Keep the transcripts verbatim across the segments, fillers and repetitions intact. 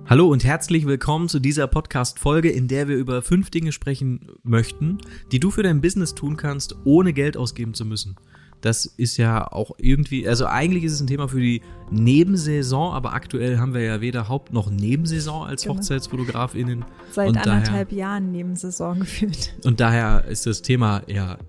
Hallo und herzlich willkommen zu dieser Podcast-Folge, in der wir über fünf Dinge sprechen möchten, die du für dein Business tun kannst, ohne Geld ausgeben zu müssen. Das ist ja auch irgendwie, also eigentlich ist es ein Thema für die Nebensaison, aber aktuell haben wir ja weder Haupt- noch Nebensaison als genau. HochzeitsfotografInnen. Seit und anderthalb daher, Jahren Nebensaison gefühlt. Und daher ist das Thema ja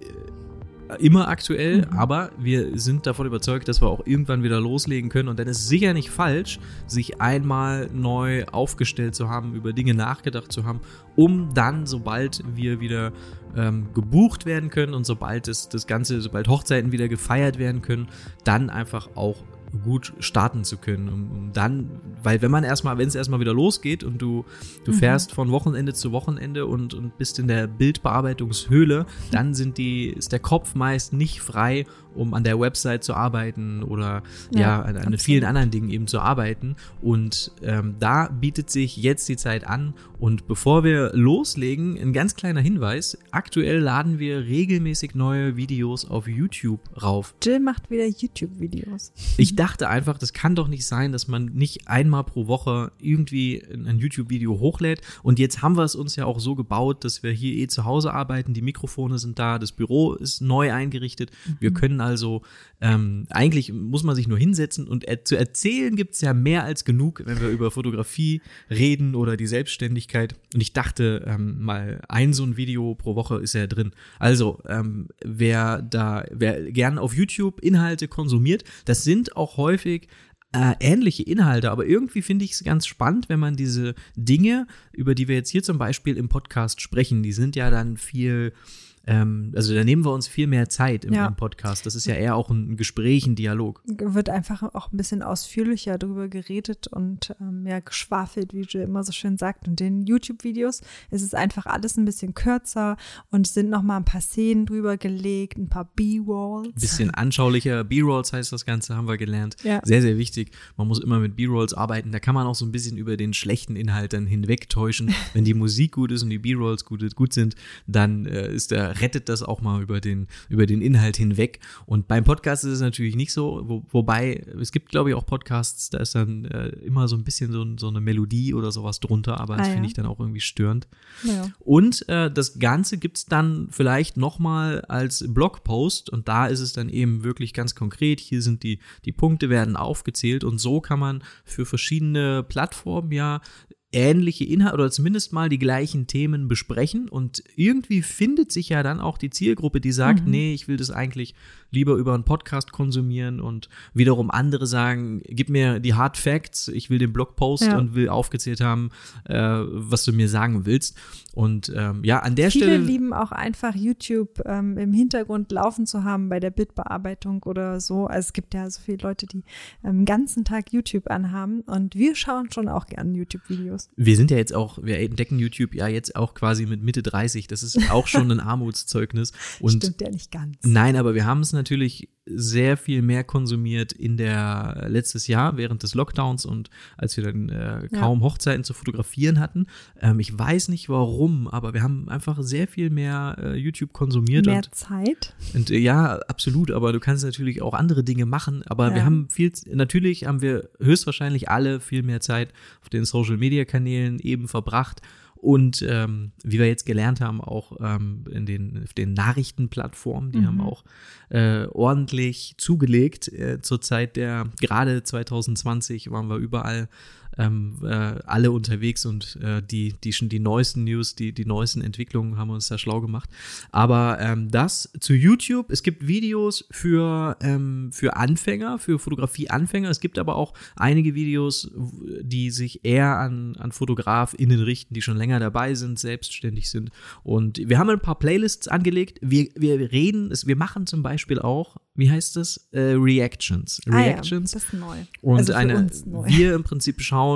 immer aktuell, Mhm. aber wir sind davon überzeugt, dass wir auch irgendwann wieder loslegen können. Und dann ist es sicher nicht falsch, sich einmal neu aufgestellt zu haben, über Dinge nachgedacht zu haben, um dann, sobald wir wieder ähm, gebucht werden können und sobald das, das Ganze, sobald Hochzeiten wieder gefeiert werden können, dann einfach auch gut starten zu können, um, um dann, weil wenn man erstmal, wenn es erstmal wieder losgeht und du, du Mhm. fährst von Wochenende zu Wochenende und, und bist in der Bildbearbeitungshöhle, dann sind die, ist der Kopf meist nicht frei, um an der Website zu arbeiten oder ja, Ja, an, an absolut. vielen anderen Dingen eben zu arbeiten. Und ähm, da bietet sich jetzt die Zeit an. Und bevor wir loslegen, ein ganz kleiner Hinweis: Aktuell laden wir regelmäßig neue Videos auf YouTube rauf. Jill macht wieder YouTube-Videos. Ich dachte einfach, das kann doch nicht sein, dass man nicht einmal pro Woche irgendwie ein YouTube-Video hochlädt. Und jetzt haben wir es uns ja auch so gebaut, dass wir hier eh zu Hause arbeiten. Die Mikrofone sind da, das Büro ist neu eingerichtet. Wir können also, ähm, eigentlich muss man sich nur hinsetzen und er, zu erzählen gibt es ja mehr als genug, wenn wir über Fotografie reden oder die Selbstständigkeit. Und ich dachte, ähm, mal ein so ein Video pro Woche ist ja drin. Also, ähm, wer da, wer gern auf YouTube Inhalte konsumiert, das sind auch häufig Äh, ähnliche Inhalte, aber irgendwie finde ich es ganz spannend, wenn man diese Dinge, über die wir jetzt hier zum Beispiel im Podcast sprechen, die sind ja dann viel, ähm, also da nehmen wir uns viel mehr Zeit im, Ja. im Podcast. Das ist ja eher auch ein Gespräch, ein Dialog. Wird einfach auch ein bisschen ausführlicher drüber geredet und ähm, ja, geschwafelt, wie Jill immer so schön sagt. Und in YouTube-Videos ist es einfach alles ein bisschen kürzer und es sind nochmal ein paar Szenen drüber gelegt, ein paar B-Rolls. Bisschen anschaulicher. B-Rolls heißt das Ganze, haben wir gelernt. Ja. Sehr, sehr wichtig. Man muss immer mit B-Rolls arbeiten. Da kann man auch so ein bisschen über den schlechten Inhalt dann hinwegtäuschen. Wenn die Musik gut ist und die B-Rolls gut, gut sind, dann äh, ist der, rettet das auch mal über den, über den Inhalt hinweg. Und beim Podcast ist es natürlich nicht so, wo, wobei es gibt, glaube ich, auch Podcasts, da ist dann äh, immer so ein bisschen so, so eine Melodie oder sowas drunter, aber das Ah, ja. finde ich dann auch irgendwie störend. Ja. Und äh, das Ganze gibt's dann vielleicht nochmal als Blogpost und da ist es dann eben wirklich ganz konkret. Hier sind die, die Punkte werden aufgezählt und so kann man für verschiedene Plattformen ja ähnliche Inhalte oder zumindest mal die gleichen Themen besprechen und irgendwie findet sich ja dann auch die Zielgruppe, die sagt, Mhm. nee, ich will das eigentlich lieber über einen Podcast konsumieren und wiederum andere sagen, gib mir die Hard Facts, ich will den Blogpost Ja. und will aufgezählt haben, äh, was du mir sagen willst. Und ähm, ja, an der Viele Stelle lieben auch einfach YouTube ähm, im Hintergrund laufen zu haben bei der Bildbearbeitung oder so. Also es gibt ja so viele Leute, die ähm, den ganzen Tag YouTube anhaben und wir schauen schon auch gerne YouTube-Videos. wir sind ja jetzt auch, wir entdecken YouTube ja jetzt auch quasi mit Mitte dreißig, das ist auch schon ein Armutszeugnis. Und Stimmt ja nicht ganz. nein, aber wir haben es natürlich sehr viel mehr konsumiert in der letztes Jahr während des Lockdowns und als wir dann äh, kaum Hochzeiten zu fotografieren hatten. Ähm, ich weiß nicht warum, aber wir haben einfach sehr viel mehr äh, YouTube konsumiert. Mehr und, Zeit. und äh, ja, absolut, aber du kannst natürlich auch andere Dinge machen, aber Ja. wir haben viel, natürlich haben wir höchstwahrscheinlich alle viel mehr Zeit auf den Social-Media-Kanälen eben verbracht. Und ähm, wie wir jetzt gelernt haben, auch ähm, in den, auf den Nachrichtenplattformen, die Mhm. haben auch äh, ordentlich zugelegt. Äh, zur Zeit der, gerade zwanzig zwanzig waren wir überall ähm, äh, alle unterwegs und äh, die, die schon die neuesten News, die, die neuesten Entwicklungen haben uns da schlau gemacht. Aber ähm, das zu YouTube, es gibt Videos für, ähm, für Anfänger, für Fotografie-Anfänger. Es gibt aber auch einige Videos, die sich eher an, an FotografInnen richten, die schon länger dabei sind, selbstständig sind. Und wir haben ein paar Playlists angelegt. Wir, wir reden, wir machen zum Beispiel auch, wie heißt das? Äh, Reactions. Reactions. Ah ja, das ist neu. Und Also für eine, uns neu. wir im Prinzip schauen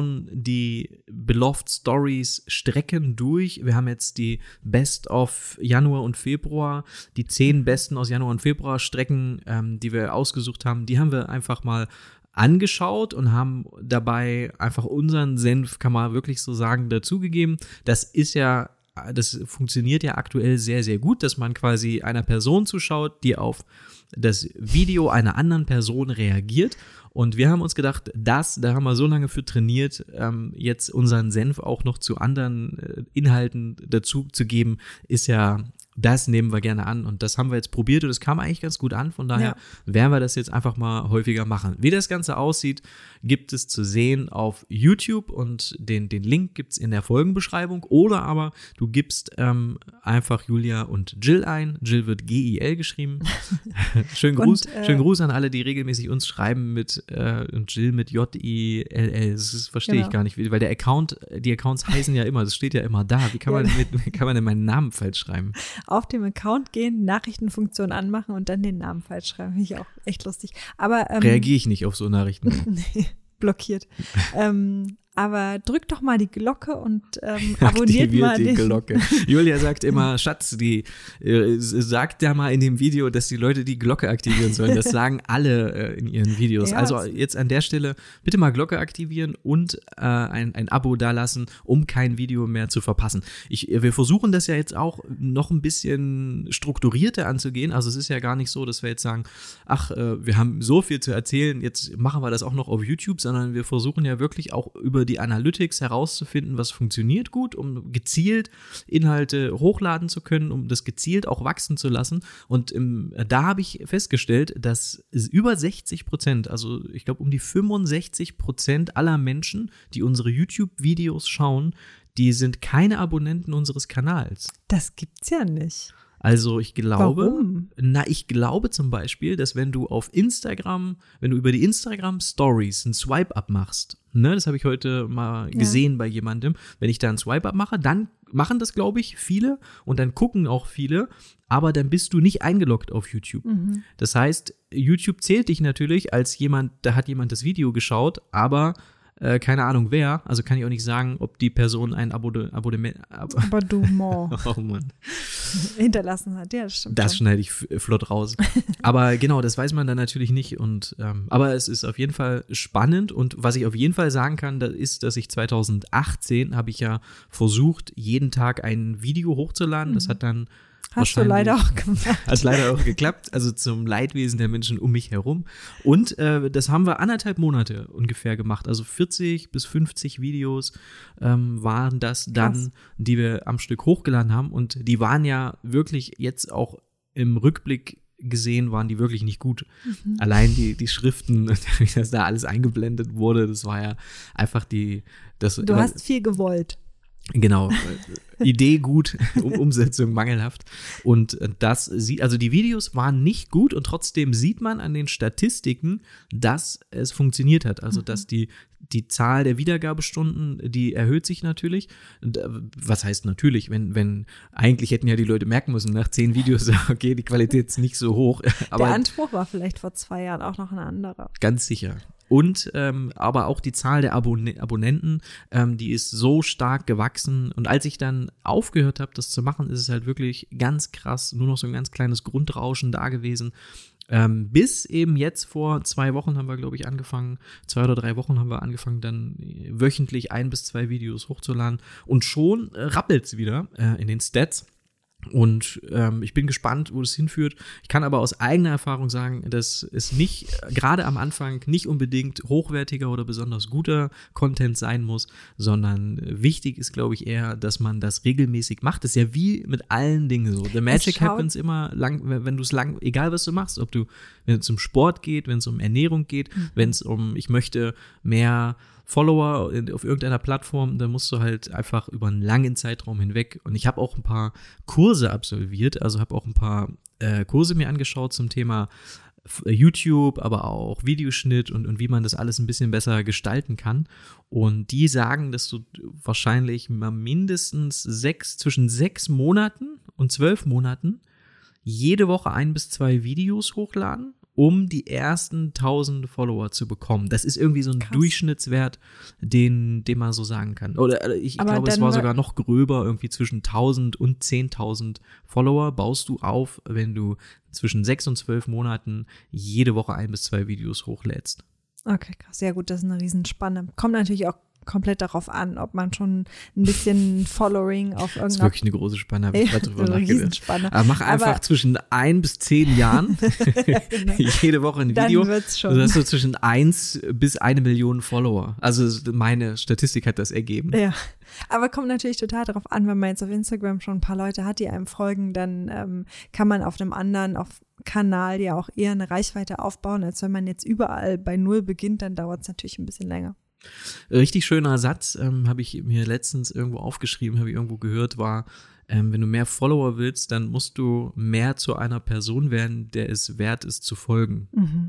die Beloved Stories Strecken durch. Wir haben jetzt die Best of Januar und Februar, die zehn besten aus Januar und Februar Strecken, ähm, die wir ausgesucht haben, die haben wir einfach mal angeschaut und haben dabei einfach unseren Senf, kann man wirklich so sagen, dazugegeben. Das ist ja das funktioniert ja aktuell sehr, sehr gut, dass man quasi einer Person zuschaut, die auf das Video einer anderen Person reagiert. Und wir haben uns gedacht, das, da haben wir so lange für trainiert, ähm, jetzt unseren Senf auch noch zu anderen äh, Inhalten dazu zu geben, ist ja, das nehmen wir gerne an. Und das haben wir jetzt probiert und es kam eigentlich ganz gut an. Von daher ja. werden wir das jetzt einfach mal häufiger machen. Wie das Ganze aussieht, gibt es zu sehen auf YouTube und den, den Link gibt es in der Folgenbeschreibung. Oder aber du gibst ähm, einfach Julia und Jill ein. Jill wird G I L geschrieben. Schönen Gruß, und, äh, schönen Gruß an alle, die regelmäßig uns schreiben mit äh, und Jill mit J I L L. Das verstehe genau. ich gar nicht, weil der Account, die Accounts heißen ja immer, das steht ja immer da. Wie kann man, ja. mit, wie kann man denn meinen Namen falsch schreiben? Auf dem Account gehen, Nachrichtenfunktion anmachen und dann den Namen falsch schreiben. Finde ich auch echt lustig. Aber ähm, reagiere ich nicht auf so Nachrichten. Nee, blockiert. ähm, aber drückt doch mal die Glocke und ähm, abonniert Aktiviert mal die den Glocke. Julia sagt immer, Schatz, die äh, sagt ja mal in dem Video, dass die Leute die Glocke aktivieren sollen. Das sagen alle äh, in ihren Videos. Ja, also jetzt an der Stelle bitte mal Glocke aktivieren und äh, ein, ein Abo dalassen, um kein Video mehr zu verpassen. Ich, wir versuchen das ja jetzt auch noch ein bisschen strukturierter anzugehen. Also es ist ja gar nicht so, dass wir jetzt sagen, ach, äh, wir haben so viel zu erzählen, jetzt machen wir das auch noch auf YouTube, sondern wir versuchen ja wirklich auch über die Analytics herauszufinden, was funktioniert gut, um gezielt Inhalte hochladen zu können, um das gezielt auch wachsen zu lassen. Und im, da habe ich festgestellt, dass über sechzig Prozent, also ich glaube um die fünfundsechzig Prozent aller Menschen, die unsere YouTube-Videos schauen, die sind keine Abonnenten unseres Kanals. Das gibt's ja nicht. Also ich glaube, Warum? na, ich glaube zum Beispiel, dass wenn du auf Instagram, wenn du über die Instagram Stories einen Swipe-Up machst, ne, das habe ich heute mal ja. gesehen bei jemandem, wenn ich da einen Swipe-Up mache, dann machen das, glaube ich, viele und dann gucken auch viele, aber dann bist du nicht eingeloggt auf YouTube. Mhm. Das heißt, YouTube zählt dich natürlich als jemand, da hat jemand das Video geschaut, aber Äh, keine Ahnung wer, also kann ich auch nicht sagen, ob die Person ein Abonnement Ab- Abonnement oh Mann. hinterlassen hat. Ja, das stimmt. Das schneide ich f- flott raus. Aber genau, das weiß man dann natürlich nicht. Und ähm, aber es ist auf jeden Fall spannend. Und was ich auf jeden Fall sagen kann, das ist, dass ich zwanzig achtzehn habe ich ja versucht, jeden Tag ein Video hochzuladen. Mhm. Das hat dann Hast du leider auch gemacht. Hat leider auch geklappt, also zum Leidwesen der Menschen um mich herum. Und äh, das haben wir anderthalb Monate ungefähr gemacht. Also vierzig bis fünfzig Videos ähm, waren das dann, Krass. die wir am Stück hochgeladen haben. Und die waren ja wirklich jetzt auch im Rückblick gesehen, waren die wirklich nicht gut. Mhm. Allein die, die Schriften, wie das da alles eingeblendet wurde, das war ja einfach die… Das, du hast viel gewollt. Genau, Idee gut, um, Umsetzung mangelhaft. Und das sieht, also die Videos waren nicht gut und trotzdem sieht man an den Statistiken, dass es funktioniert hat. Also, mhm. dass die, die Zahl der Wiedergabestunden, die erhöht sich natürlich. Was heißt natürlich? Wenn, wenn, eigentlich hätten ja die Leute merken müssen, nach zehn Videos, okay, die Qualität ist nicht so hoch. Aber der Anspruch war vielleicht vor zwei Jahren auch noch ein anderer. Ganz sicher. Und ähm, aber auch die Zahl der Abon- Abonnenten, ähm, die ist so stark gewachsen. Und als ich dann aufgehört habe, das zu machen, ist es halt wirklich ganz krass, nur noch so ein ganz kleines Grundrauschen da gewesen. Ähm, bis eben jetzt vor zwei Wochen haben wir, glaube ich, angefangen, zwei oder drei Wochen haben wir angefangen, dann wöchentlich ein bis zwei Videos hochzuladen. Und schon äh, rappelt es wieder äh, in den Stats. Und ähm, ich bin gespannt, wo das hinführt. Ich kann aber aus eigener Erfahrung sagen, dass es nicht, gerade am Anfang, nicht unbedingt hochwertiger oder besonders guter Content sein muss, sondern wichtig ist, glaube ich, eher, dass man das regelmäßig macht. Das ist ja wie mit allen Dingen so. The magic happens immer, lang, wenn du es lang, egal was du machst, ob du, wenn es um Sport geht, wenn es um Ernährung geht, mhm. wenn es um, ich möchte mehr Follower auf irgendeiner Plattform, dann musst du halt einfach über einen langen Zeitraum hinweg. Und ich habe auch ein paar Kurse absolviert, also habe auch ein paar äh, Kurse mir angeschaut zum Thema YouTube, aber auch Videoschnitt und, und wie man das alles ein bisschen besser gestalten kann. Und die sagen, dass du wahrscheinlich mal mindestens sechs, zwischen sechs Monaten und zwölf Monaten jede Woche ein bis zwei Videos hochladen, um die ersten tausend Follower zu bekommen. Das ist irgendwie so ein Krass. Durchschnittswert, den, den man so sagen kann. Oder ich, ich glaube, es war sogar noch gröber, irgendwie zwischen tausend und zehntausend Follower baust du auf, wenn du zwischen sechs und zwölf Monaten jede Woche ein bis zwei Videos hochlädst. Okay, krass. Ja gut, das ist eine Riesenspanne. Kommt natürlich auch komplett darauf an, ob man schon ein bisschen Following auf irgendeiner. Das ist wirklich eine große Spanne, habe ich ja, gerade drüber so nachgedacht. Aber mach einfach Aber, zwischen ein bis zehn Jahren genau. jede Woche ein Video. Dann wird's schon. Also hast du zwischen eins bis eine Million Follower. Also meine Statistik hat das ergeben. Ja, aber kommt natürlich total darauf an, wenn man jetzt auf Instagram schon ein paar Leute hat, die einem folgen, dann ähm, kann man auf einem anderen, auf Kanal ja auch eher eine Reichweite aufbauen, als wenn man jetzt überall bei Null beginnt, dann dauert es natürlich ein bisschen länger. Richtig schöner Satz, ähm, habe ich mir letztens irgendwo aufgeschrieben, habe ich irgendwo gehört, war, ähm, wenn du mehr Follower willst, dann musst du mehr zu einer Person werden, der es wert ist zu folgen. Mhm.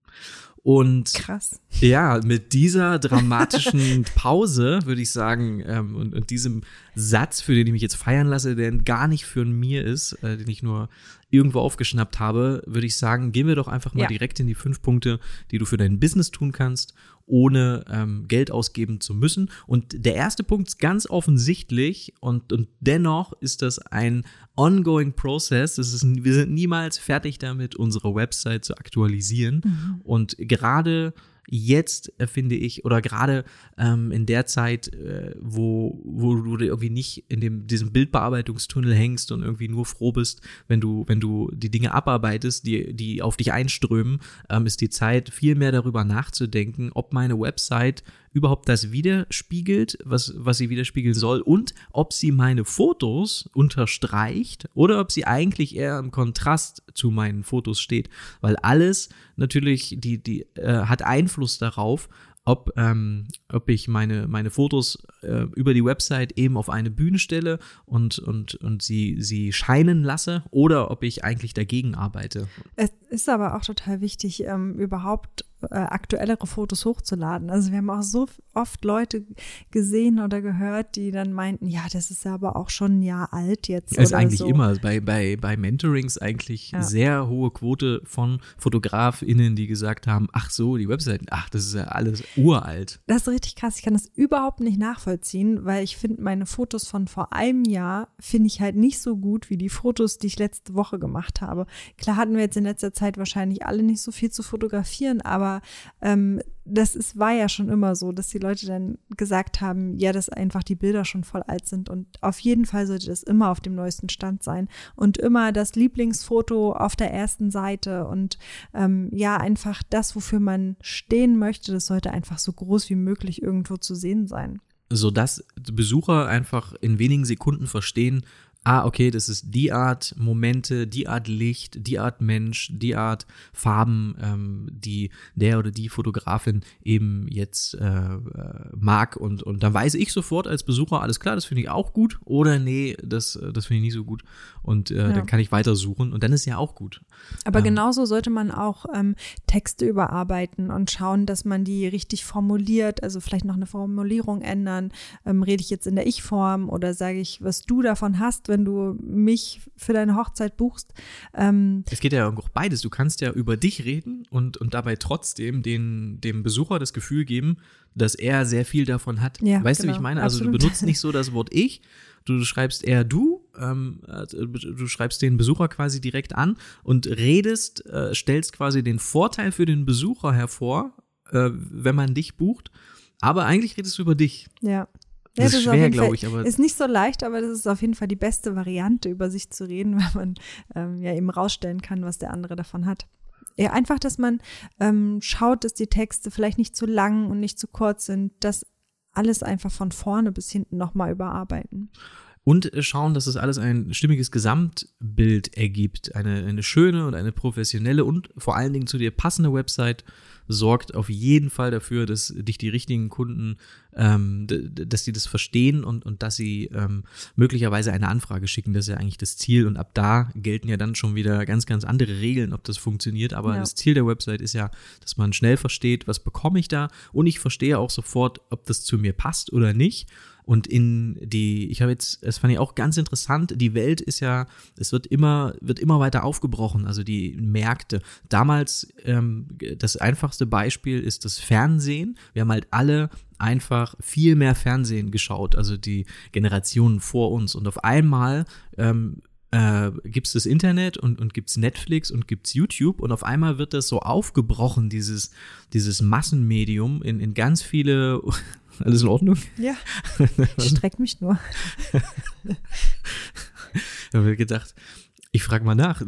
Und krass. Ja, mit dieser dramatischen Pause würde ich sagen ähm, und, und diesem Satz, für den ich mich jetzt feiern lasse, der gar nicht für mir ist, äh, den ich nur irgendwo aufgeschnappt habe, würde ich sagen, gehen wir doch einfach mal ja. direkt in die fünf Punkte, die du für dein Business tun kannst, ohne ähm, Geld ausgeben zu müssen. Und der erste Punkt ist ganz offensichtlich und, und dennoch ist das ein ongoing process. Das ist, wir sind niemals fertig damit, unsere Website zu aktualisieren. Mhm. Und gerade jetzt äh, finde ich, oder gerade ähm, in der Zeit, äh, wo, wo du irgendwie nicht in dem, diesem Bildbearbeitungstunnel hängst und irgendwie nur froh bist, wenn du, wenn du die Dinge abarbeitest, die, die auf dich einströmen, ähm, ist die Zeit, viel mehr darüber nachzudenken, ob meine Website überhaupt das widerspiegelt, was, was sie widerspiegeln soll und ob sie meine Fotos unterstreicht oder ob sie eigentlich eher im Kontrast zu meinen Fotos steht, weil alles natürlich, die, die äh, hat Einfluss darauf, ob, ähm, ob ich meine, meine Fotos äh, über die Website eben auf eine Bühne stelle und, und, und sie, sie scheinen lasse oder ob ich eigentlich dagegen arbeite. Es ist aber auch total wichtig, ähm, überhaupt äh, aktuellere Fotos hochzuladen. Also wir haben auch so oft Leute gesehen oder gehört, die dann meinten, ja, das ist ja aber auch schon ein Jahr alt jetzt. Das ist oder eigentlich so. immer bei, bei, bei Mentorings eigentlich ja. sehr hohe Quote von FotografInnen, die gesagt haben, ach so, die Webseiten, ach, das ist ja alles uralt. Das ist richtig krass. Ich kann das überhaupt nicht nachvollziehen, weil ich finde, meine Fotos von vor einem Jahr finde ich halt nicht so gut wie die Fotos, die ich letzte Woche gemacht habe. Klar hatten wir jetzt in letzter Zeit wahrscheinlich alle nicht so viel zu fotografieren, aber ähm, das ist, war ja schon immer so, dass die Leute dann gesagt haben, ja, dass einfach die Bilder schon voll alt sind und auf jeden Fall sollte das immer auf dem neuesten Stand sein und immer das Lieblingsfoto auf der ersten Seite und ähm, ja, einfach das, wofür man stehen möchte, das sollte einfach so groß wie möglich irgendwo zu sehen sein. Sodass Besucher einfach in wenigen Sekunden verstehen, ah, okay, das ist die Art Momente, die Art Licht, die Art Mensch, die Art Farben, ähm, die der oder die Fotografin eben jetzt äh, mag. Und, und dann weiß ich sofort als Besucher, alles klar, das finde ich auch gut oder nee, das, das finde ich nicht so gut. Und äh, ja. dann kann ich weitersuchen und dann ist ja auch gut. Aber ähm, genauso sollte man auch ähm, Texte überarbeiten und schauen, dass man die richtig formuliert, also vielleicht noch eine Formulierung ändern. Ähm, rede ich jetzt in der Ich-Form oder sage ich, was du davon hast, wenn du mich für deine Hochzeit buchst. Ähm, es geht ja auch beides. Du kannst ja über dich reden und, und dabei trotzdem den, dem Besucher das Gefühl geben, dass er sehr viel davon hat. Ja, weißt genau, du, wie ich meine? Also absolut. Du benutzt nicht so das Wort ich, du schreibst eher du, ähm, du schreibst den Besucher quasi direkt an und redest, äh, stellst quasi den Vorteil für den Besucher hervor, äh, wenn man dich bucht, aber eigentlich redest du über dich. Ja. Das, ja, das ist schwer, glaube ich. Aber ist nicht so leicht, aber das ist auf jeden Fall die beste Variante, über sich zu reden, weil man ähm, ja eben rausstellen kann, was der andere davon hat. Ja, einfach, dass man ähm, schaut, dass die Texte vielleicht nicht zu lang und nicht zu kurz sind, dass alles einfach von vorne bis hinten nochmal überarbeiten. Und schauen, dass es alles ein stimmiges Gesamtbild ergibt. Eine, eine schöne und eine professionelle und vor allen Dingen zu dir passende Website sorgt auf jeden Fall dafür, dass dich die richtigen Kunden, ähm, d- dass die das verstehen und, und dass sie ähm, möglicherweise eine Anfrage schicken. Das ist ja eigentlich das Ziel und ab da gelten ja dann schon wieder ganz, ganz andere Regeln, ob das funktioniert. Aber ja. das Ziel der Website ist ja, dass man schnell versteht, was bekomme ich da und ich verstehe auch sofort, ob das zu mir passt oder nicht. Und in die, ich habe jetzt, das fand ich auch ganz interessant, die Welt ist ja, es wird immer, wird immer weiter aufgebrochen, also die Märkte. Damals, ähm, das einfachste Beispiel ist das Fernsehen. Wir haben halt alle einfach viel mehr Fernsehen geschaut, also die Generationen vor uns. Und auf einmal ähm, äh, gibt es das Internet und, und gibt es Netflix und gibt es YouTube und auf einmal wird das so aufgebrochen, dieses, dieses Massenmedium in, in ganz viele Alles in Ordnung? Ja, ich streck mich nur. Ich habe mir gedacht, ich frage mal nach.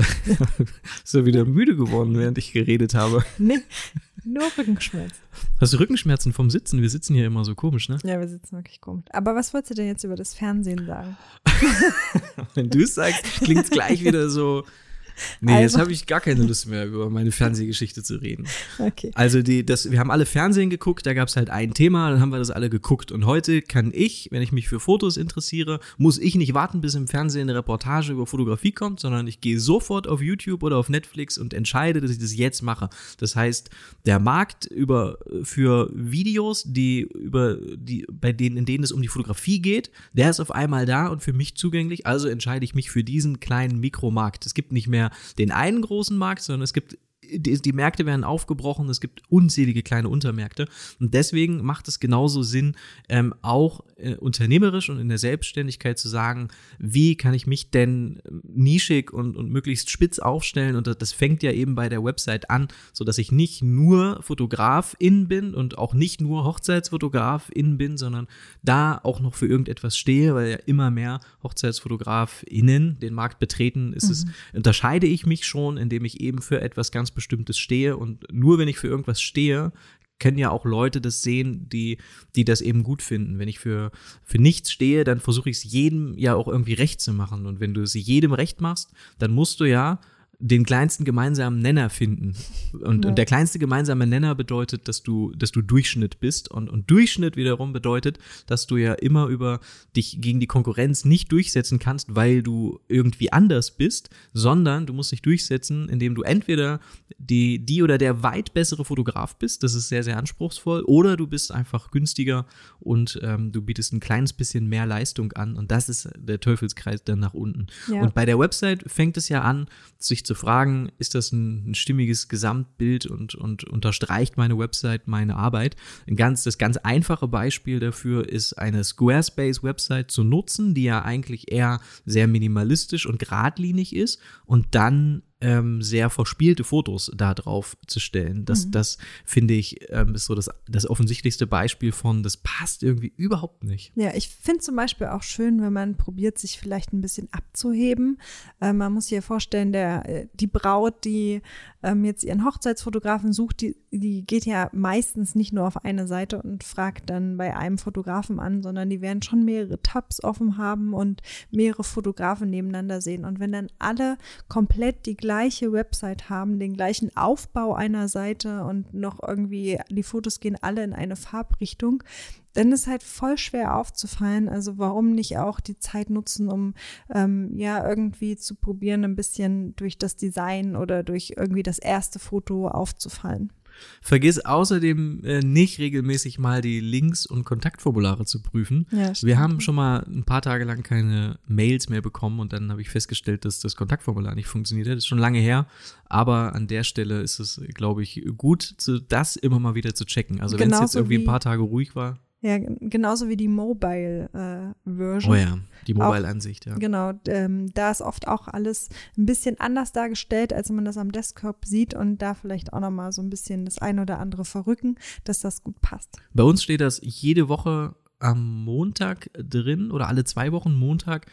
Ist er wieder müde geworden, während ich geredet habe? Nee, nur Rückenschmerzen. Hast du Rückenschmerzen vom Sitzen? Wir sitzen hier immer so komisch, ne? Ja, wir sitzen wirklich komisch. Aber was wolltest du denn jetzt über das Fernsehen sagen? Wenn du es sagst, klingt es gleich wieder so. Nee, also, jetzt habe ich gar keine Lust mehr, über meine Fernsehgeschichte zu reden. Okay. Also die, das, wir haben alle Fernsehen geguckt, da gab es halt ein Thema, dann haben wir das alle geguckt. Und heute kann ich, wenn ich mich für Fotos interessiere, muss ich nicht warten, bis im Fernsehen eine Reportage über Fotografie kommt, sondern ich gehe sofort auf YouTube oder auf Netflix und entscheide, dass ich das jetzt mache. Das heißt, der Markt über, für Videos, die über die, bei denen, in denen es um die Fotografie geht, der ist auf einmal da und für mich zugänglich. Also entscheide ich mich für diesen kleinen Mikromarkt. Es gibt nicht mehr den einen großen Markt, sondern es gibt, die, die Märkte werden aufgebrochen, es gibt unzählige kleine Untermärkte und deswegen macht es genauso Sinn, ähm, auch äh, unternehmerisch und in der Selbstständigkeit zu sagen, wie kann ich mich denn nischig und, und möglichst spitz aufstellen und das, das fängt ja eben bei der Website an, sodass ich nicht nur Fotografin bin und auch nicht nur Hochzeitsfotografin bin, sondern da auch noch für irgendetwas stehe, weil ja immer mehr HochzeitsfotografInnen den Markt betreten, ist mhm. es, unterscheide ich mich schon, indem ich eben für etwas ganz Bestimmtes stehe und nur wenn ich für irgendwas stehe, können ja auch Leute das sehen, die, die das eben gut finden. Wenn ich für, für nichts stehe, dann versuche ich es jedem ja auch irgendwie recht zu machen und wenn du es jedem recht machst, dann musst du ja den kleinsten gemeinsamen Nenner finden. Und, ja. und der kleinste gemeinsame Nenner bedeutet, dass du, dass du Durchschnitt bist. Und, und Durchschnitt wiederum bedeutet, dass du ja immer über dich gegen die Konkurrenz nicht durchsetzen kannst, weil du irgendwie anders bist, sondern du musst dich durchsetzen, indem du entweder die, die oder der weit bessere Fotograf bist, das ist sehr, sehr anspruchsvoll, oder du bist einfach günstiger und ähm, du bietest ein kleines bisschen mehr Leistung an. Und das ist der Teufelskreis dann nach unten. Ja. Und bei der Website fängt es ja an, sich zu fragen, ist das ein, ein stimmiges Gesamtbild und, und unterstreicht meine Website meine Arbeit? Ein ganz, das ganz einfache Beispiel dafür ist eine Squarespace-Website zu nutzen, die ja eigentlich eher sehr minimalistisch und geradlinig ist und dann ähm, sehr verspielte Fotos da drauf zu stellen. Das, mhm. das finde ich, ähm, ist so das, das offensichtlichste Beispiel von, das passt irgendwie überhaupt nicht. Ja, ich finde zum Beispiel auch schön, wenn man probiert, sich vielleicht ein bisschen abzuheben. Äh, man muss sich ja vorstellen, der, die Braut, die ähm, jetzt ihren Hochzeitsfotografen sucht, die, die geht ja meistens nicht nur auf eine Seite und fragt dann bei einem Fotografen an, sondern die werden schon mehrere Tabs offen haben und mehrere Fotografen nebeneinander sehen. Und wenn dann alle komplett die gleiche Website haben, den gleichen Aufbau einer Seite und noch irgendwie, die Fotos gehen alle in eine Farbrichtung, dann ist halt voll schwer aufzufallen. Also warum nicht auch die Zeit nutzen, um ähm, ja irgendwie zu probieren, ein bisschen durch das Design oder durch irgendwie das erste Foto aufzufallen. Vergiss außerdem äh, nicht regelmäßig mal die Links und Kontaktformulare zu prüfen. Ja, wir haben schon mal ein paar Tage lang keine Mails mehr bekommen und dann habe ich festgestellt, dass das Kontaktformular nicht funktioniert hat. Das ist schon lange her, aber an der Stelle ist es, glaube ich, gut, zu, das immer mal wieder zu checken. Also wenn es jetzt irgendwie ein paar Tage ruhig war. Ja, genauso wie die Mobile-Version. Äh, oh ja, die Mobile-Ansicht, ja. Genau, ähm, da ist oft auch alles ein bisschen anders dargestellt, als man das am Desktop sieht und da vielleicht auch nochmal so ein bisschen das ein oder andere verrücken, dass das gut passt. Bei uns steht das jede Woche am Montag drin oder alle zwei Wochen Montag,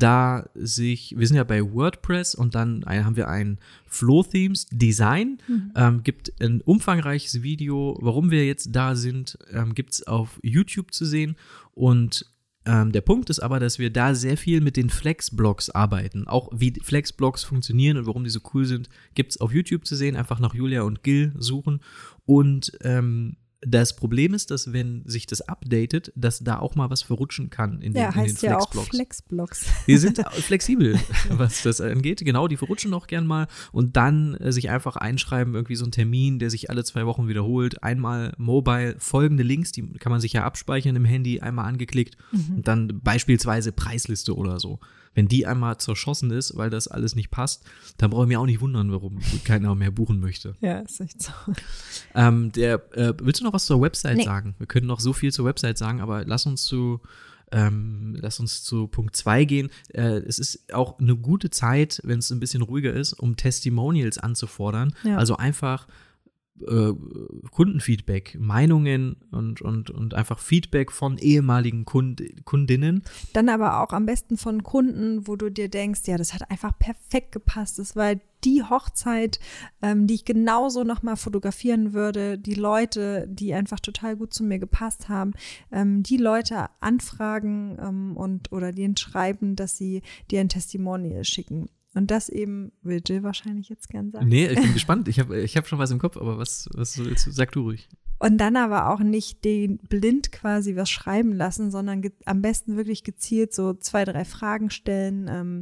da sich, wir sind ja bei WordPress und dann haben wir ein Flow-Themes Design, mhm. ähm, gibt ein umfangreiches Video, warum wir jetzt da sind, ähm, gibt es auf YouTube zu sehen und ähm, der Punkt ist aber, dass wir da sehr viel mit den Flex-Blocks arbeiten. Auch wie Flex-Blocks funktionieren und warum die so cool sind, gibt es auf YouTube zu sehen, einfach nach Julia und Gil suchen und ähm, das Problem ist, dass wenn sich das updatet, dass da auch mal was verrutschen kann in den, ja, in den Flexblocks. Ja, heißt ja auch Flexblocks. Die sind flexibel, was das angeht. Genau, die verrutschen auch gern mal und dann äh, sich einfach einschreiben, irgendwie so einen Termin, der sich alle zwei Wochen wiederholt. Einmal mobile, folgende Links, die kann man sich ja abspeichern im Handy, einmal angeklickt mhm. und dann beispielsweise Preisliste oder so. Wenn die einmal zerschossen ist, weil das alles nicht passt, dann brauche ich mich auch nicht wundern, warum keiner mehr buchen möchte. Ja, ist echt so. Ähm, der, äh, willst du noch was zur Website nee. sagen? Wir können noch so viel zur Website sagen, aber lass uns zu, ähm, lass uns zu Punkt zwei gehen. Äh, es ist auch eine gute Zeit, wenn es ein bisschen ruhiger ist, um Testimonials anzufordern. Ja. Also einfach äh, Kundenfeedback, Meinungen und, und, und einfach Feedback von ehemaligen Kund, Kundinnen. Dann aber auch am besten von Kunden, wo du dir denkst, ja, das hat einfach perfekt gepasst. Das war die Hochzeit, ähm, die ich genauso nochmal fotografieren würde. Die Leute, die einfach total gut zu mir gepasst haben. Ähm, die Leute anfragen ähm, und oder denen schreiben, dass sie dir ein Testimonial schicken. Und das eben will Jill wahrscheinlich jetzt gern sagen. Nee, ich bin gespannt. Ich habe ich hab schon was im Kopf, aber was, was sag du ruhig. Und dann aber auch nicht den blind quasi was schreiben lassen, sondern ge- am besten wirklich gezielt so zwei, drei Fragen stellen. Ähm,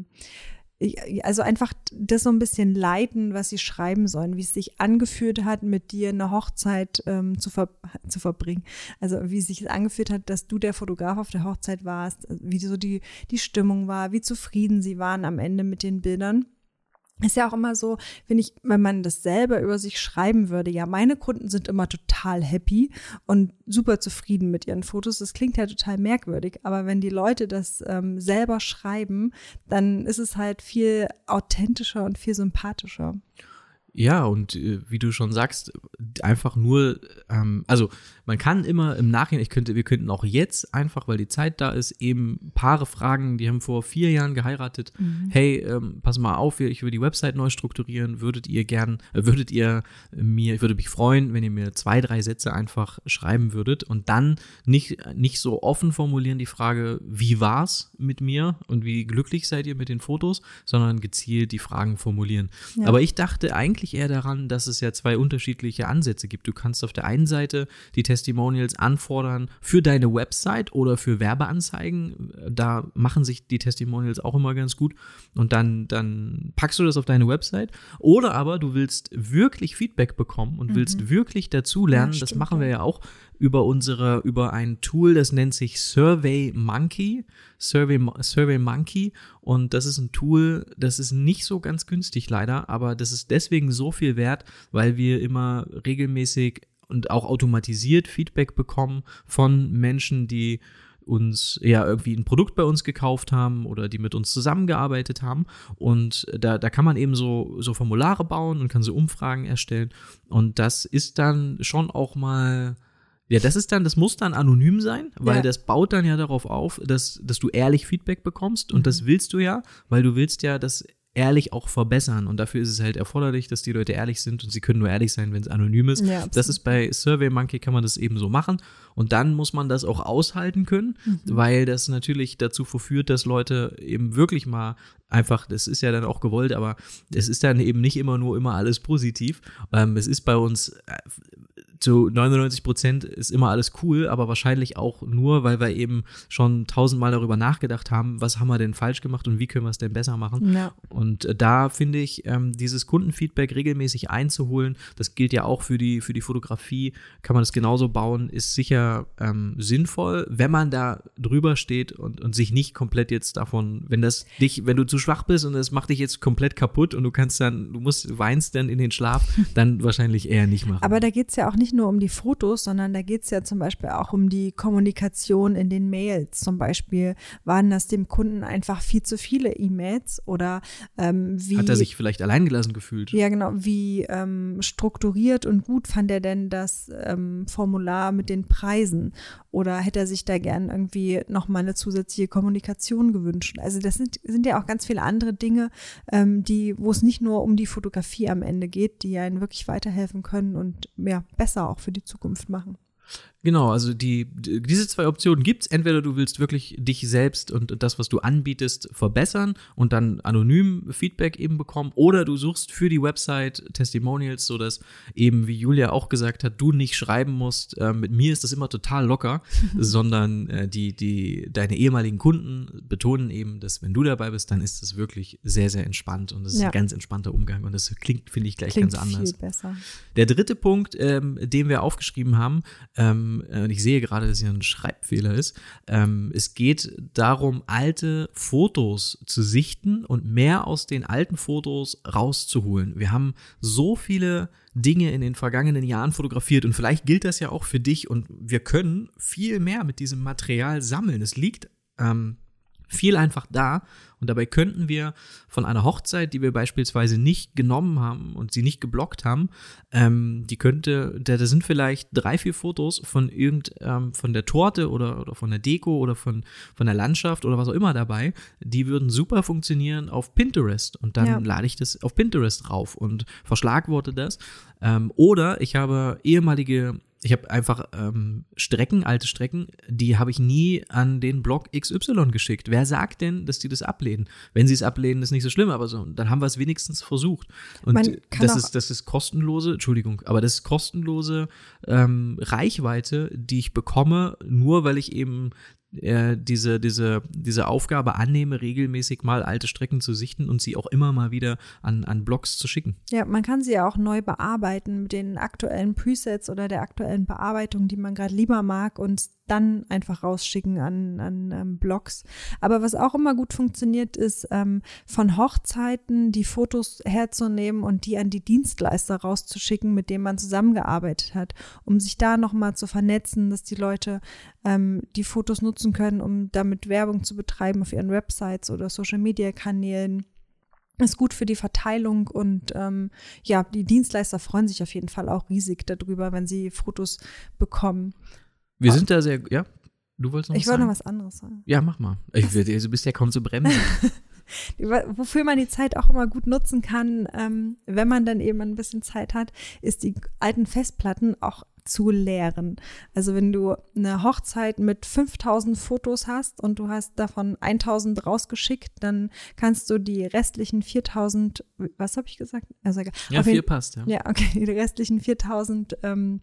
ich, also einfach das so ein bisschen leiten, was sie schreiben sollen, wie es sich angefühlt hat, mit dir eine Hochzeit ähm, zu, ver- zu verbringen. Also wie es sich angefühlt hat, dass du der Fotograf auf der Hochzeit warst, wie so die, die Stimmung war, wie zufrieden sie waren am Ende mit den Bildern. Ist ja auch immer so, finde ich, wenn man das selber über sich schreiben würde, ja, meine Kunden sind immer total happy und super zufrieden mit ihren Fotos. Das klingt ja total merkwürdig, aber wenn die Leute das ähm, selber schreiben, dann ist es halt viel authentischer und viel sympathischer. Ja, und äh, wie du schon sagst, einfach nur, ähm, also man kann immer im Nachhinein, ich könnte, wir könnten auch jetzt einfach, weil die Zeit da ist, eben Paare fragen, die haben vor vier Jahren geheiratet, mhm. hey, ähm, pass mal auf, ich will die Website neu strukturieren, würdet ihr gern, äh, würdet ihr mir, ich würde mich freuen, wenn ihr mir zwei, drei Sätze einfach schreiben würdet und dann nicht, nicht so offen formulieren die Frage, wie war's mit mir und wie glücklich seid ihr mit den Fotos, sondern gezielt die Fragen formulieren. Ja. Aber ich dachte eigentlich eher daran, dass es ja zwei unterschiedliche Ansätze gibt. Du kannst auf der einen Seite die Testimonials anfordern für deine Website oder für Werbeanzeigen. Da machen sich die Testimonials auch immer ganz gut. Und dann, dann packst du das auf deine Website. Oder aber du willst wirklich Feedback bekommen und mhm. willst wirklich dazulernen. Ja, das machen wir ja auch über unsere, über ein Tool, das nennt sich Survey Monkey. Survey, Survey Monkey. Und das ist ein Tool, das ist nicht so ganz günstig leider, aber das ist deswegen so viel wert, weil wir immer regelmäßig und auch automatisiert Feedback bekommen von Menschen, die uns ja irgendwie ein Produkt bei uns gekauft haben oder die mit uns zusammengearbeitet haben. Und da, da kann man eben so, so Formulare bauen und kann so Umfragen erstellen. Und das ist dann schon auch mal. Ja, das ist dann, das muss dann anonym sein, weil ja. das baut dann ja darauf auf, dass, dass du ehrlich Feedback bekommst und mhm. das willst du ja, weil du willst ja das ehrlich auch verbessern und dafür ist es halt erforderlich, dass die Leute ehrlich sind und sie können nur ehrlich sein, wenn es anonym ist. Ja, das ist bei SurveyMonkey kann man das eben so machen und dann muss man das auch aushalten können, mhm. weil das natürlich dazu verführt, dass Leute eben wirklich mal einfach, das ist ja dann auch gewollt, aber es ist dann eben nicht immer nur immer alles positiv. Ähm, es ist bei uns äh, zu neunundneunzig Prozent ist immer alles cool, aber wahrscheinlich auch nur, weil wir eben schon tausendmal darüber nachgedacht haben, was haben wir denn falsch gemacht und wie können wir es denn besser machen. Ja. Und da finde ich, ähm, dieses Kundenfeedback regelmäßig einzuholen, das gilt ja auch für die, für die Fotografie, kann man das genauso bauen, ist sicher ähm, sinnvoll, wenn man da drüber steht und, und sich nicht komplett jetzt davon, wenn das dich, wenn du zu schwach bist und es macht dich jetzt komplett kaputt und du kannst dann, du musst, weinst dann in den Schlaf, dann wahrscheinlich eher nicht machen. Aber da geht es ja auch nicht nur um die Fotos, sondern da geht es ja zum Beispiel auch um die Kommunikation in den Mails. Zum Beispiel waren das dem Kunden einfach viel zu viele E-Mails oder ähm, wie. Hat er sich vielleicht alleingelassen gefühlt? Ja, genau. Wie ähm, strukturiert und gut fand er denn das ähm, Formular mit den Preisen? Oder hätte er sich da gern irgendwie nochmal eine zusätzliche Kommunikation gewünscht? Also das sind, sind ja auch ganz viele andere Dinge, ähm, die, wo es nicht nur um die Fotografie am Ende geht, die einen wirklich weiterhelfen können und ja, besser auch für die Zukunft machen. Genau, also die, die diese zwei Optionen gibt's. Entweder du willst wirklich dich selbst und das, was du anbietest, verbessern und dann anonym Feedback eben bekommen, oder du suchst für die Website Testimonials, sodass eben, wie Julia auch gesagt hat, du nicht schreiben musst, äh, mit mir ist das immer total locker, sondern äh, die, die, deine ehemaligen Kunden betonen eben, dass wenn du dabei bist, dann ist das wirklich sehr, sehr entspannt und das ist ja. ein ganz entspannter Umgang und das klingt, finde ich, gleich klingt ganz anders. Viel besser. Der dritte Punkt, ähm, den wir aufgeschrieben haben, ähm, und ich sehe gerade, dass hier ein Schreibfehler ist. Ähm, es geht darum, alte Fotos zu sichten und mehr aus den alten Fotos rauszuholen. Wir haben so viele Dinge in den vergangenen Jahren fotografiert und vielleicht gilt das ja auch für dich und wir können viel mehr mit diesem Material sammeln. Es liegt ähm, viel einfach da und dabei könnten wir von einer Hochzeit, die wir beispielsweise nicht genommen haben und sie nicht geblockt haben, ähm, die könnte, da, da sind vielleicht drei, vier Fotos von irgend, ähm, von der Torte oder, oder von der Deko oder von, von der Landschaft oder was auch immer dabei, die würden super funktionieren auf Pinterest und dann ja. lade ich das auf Pinterest rauf und verschlagworte das. Ähm, oder ich habe ehemalige Ich habe einfach ähm, Strecken, alte Strecken, die habe ich nie an den Blog X Y geschickt. Wer sagt denn, dass die das ablehnen? Wenn sie es ablehnen, ist nicht so schlimm, aber so, dann haben wir es wenigstens versucht. Und das ist, das ist kostenlose, Entschuldigung, aber das ist kostenlose ähm, Reichweite, die ich bekomme, nur weil ich eben äh, diese, diese, diese Aufgabe annehme, regelmäßig mal alte Strecken zu sichten und sie auch immer mal wieder an, an Blogs zu schicken. Ja, man kann sie ja auch neu bearbeiten mit den aktuellen Presets oder der aktuellen Bearbeitung, die man gerade lieber mag und dann einfach rausschicken an, an ähm, Blogs. Aber was auch immer gut funktioniert, ist ähm, von Hochzeiten die Fotos herzunehmen und die an die Dienstleister rauszuschicken, mit denen man zusammengearbeitet hat, um sich da nochmal zu vernetzen, dass die Leute ähm, die Fotos nutzen können, um damit Werbung zu betreiben auf ihren Websites oder Social-Media-Kanälen. Ist gut für die Verteilung und ähm, ja, die Dienstleister freuen sich auf jeden Fall auch riesig darüber, wenn sie Fotos bekommen. Wir sind da sehr, ja, du wolltest noch was Ich wollte sagen? noch was anderes sagen. Ja, mach mal. Ich, du bist ja kaum zu bremsen. Wofür man die Zeit auch immer gut nutzen kann, ähm, wenn man dann eben ein bisschen Zeit hat, ist die alten Festplatten auch zu leeren. Also wenn du eine Hochzeit mit fünftausend Fotos hast und du hast davon tausend rausgeschickt, dann kannst du die restlichen viertausend, was habe ich gesagt? Also, ja, vier passt, ja. Ja, okay, die restlichen viertausend ähm,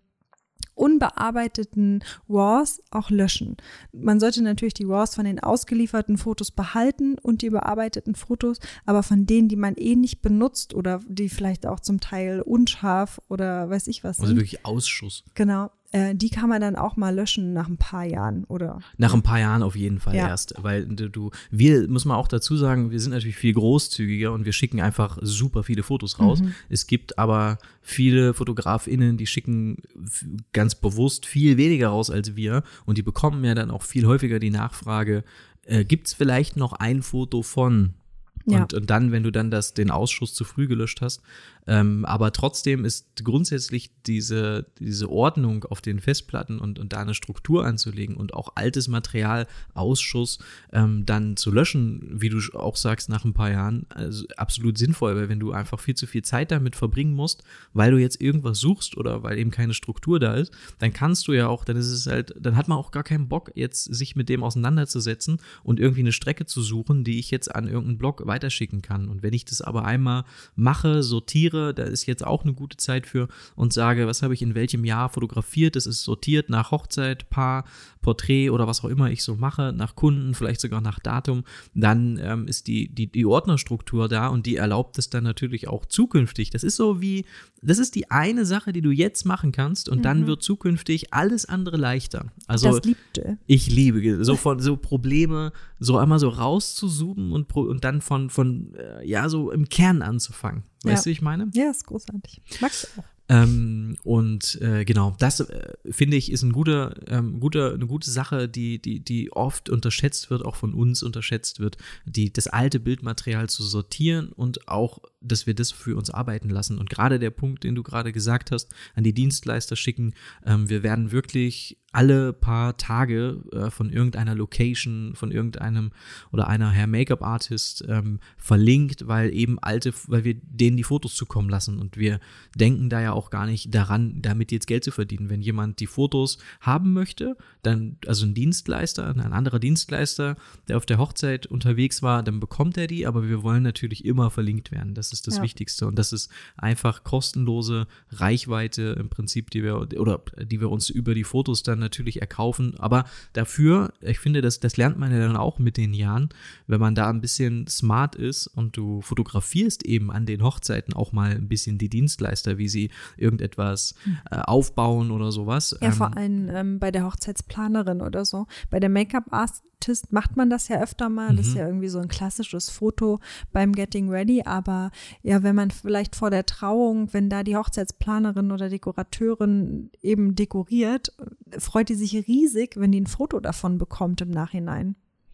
unbearbeiteten RAWs auch löschen. Man sollte natürlich die RAWs von den ausgelieferten Fotos behalten und die bearbeiteten Fotos, aber von denen, die man eh nicht benutzt oder die vielleicht auch zum Teil unscharf oder weiß ich was sind. Also wirklich Ausschuss. Genau. Äh, die kann man dann auch mal löschen nach ein paar Jahren, oder? Nach ein paar Jahren auf jeden Fall ja. erst, weil du, wir, muss man auch dazu sagen, wir sind natürlich viel großzügiger und wir schicken einfach super viele Fotos raus. Mhm. Es gibt aber viele FotografInnen, die schicken ganz bewusst viel weniger raus als wir und die bekommen ja dann auch viel häufiger die Nachfrage, äh, gibt es vielleicht noch ein Foto von? Ja. Und, und dann, wenn du dann das, den Ausschuss zu früh gelöscht hast. Ähm, aber trotzdem ist grundsätzlich diese, diese Ordnung auf den Festplatten und, und da eine Struktur anzulegen und auch altes Material, Ausschuss ähm, dann zu löschen, wie du auch sagst, nach ein paar Jahren, also absolut sinnvoll, weil wenn du einfach viel zu viel Zeit damit verbringen musst, weil du jetzt irgendwas suchst oder weil eben keine Struktur da ist, dann kannst du ja auch, dann ist es halt, dann hat man auch gar keinen Bock, jetzt sich mit dem auseinanderzusetzen und irgendwie eine Strecke zu suchen, die ich jetzt an irgendeinen Blog weiterschicken kann. Und wenn ich das aber einmal mache, sortiere, da ist jetzt auch eine gute Zeit für und sage, was habe ich in welchem Jahr fotografiert, das ist sortiert nach Hochzeit, Paar, Porträt oder was auch immer ich so mache, nach Kunden, vielleicht sogar nach Datum, dann ähm, ist die, die, die Ordnerstruktur da und die erlaubt es dann natürlich auch zukünftig. Das ist so wie, das ist die eine Sache, die du jetzt machen kannst und mhm. dann wird zukünftig alles andere leichter. Also das liebte. Ich liebe so von so Probleme so einmal so rauszuzoomen und, pro, und dann von, von äh, ja, so im Kern anzufangen. Weißt ja. du, wie ich meine? Ja, ist großartig. Magst du auch. Ähm, und äh, genau, das äh, finde ich ist ein guter, ähm, guter, eine gute Sache, die, die, die oft unterschätzt wird, auch von uns unterschätzt wird, die, das alte Bildmaterial zu sortieren und auch, dass wir das für uns arbeiten lassen. Und gerade der Punkt, den du gerade gesagt hast, an die Dienstleister schicken, ähm, wir werden wirklich alle paar Tage äh, von irgendeiner Location, von irgendeinem oder einer Hair Make-up Artist ähm, verlinkt, weil eben alte, weil wir denen die Fotos zukommen lassen und wir denken da ja auch gar nicht daran, damit jetzt Geld zu verdienen. Wenn jemand die Fotos haben möchte, dann, also ein Dienstleister, ein anderer Dienstleister, der auf der Hochzeit unterwegs war, dann bekommt er die, aber wir wollen natürlich immer verlinkt werden. Das ist das ja. Wichtigste und das ist einfach kostenlose Reichweite im Prinzip, die wir, oder die wir uns über die Fotos dann natürlich erkaufen, aber dafür, ich finde, das, das lernt man ja dann auch mit den Jahren, wenn man da ein bisschen smart ist und du fotografierst eben an den Hochzeiten auch mal ein bisschen die Dienstleister, wie sie irgendetwas äh, aufbauen oder sowas. Ja, ähm, vor allem ähm, bei der Hochzeitsplanerin oder so. Bei der Make-up-Artist macht man das ja öfter mal, das ist ja irgendwie so ein klassisches Foto beim Getting Ready, aber ja, wenn man vielleicht vor der Trauung, wenn da die Hochzeitsplanerin oder Dekorateurin eben dekoriert, freut die sich riesig, wenn die ein Foto davon bekommt im Nachhinein.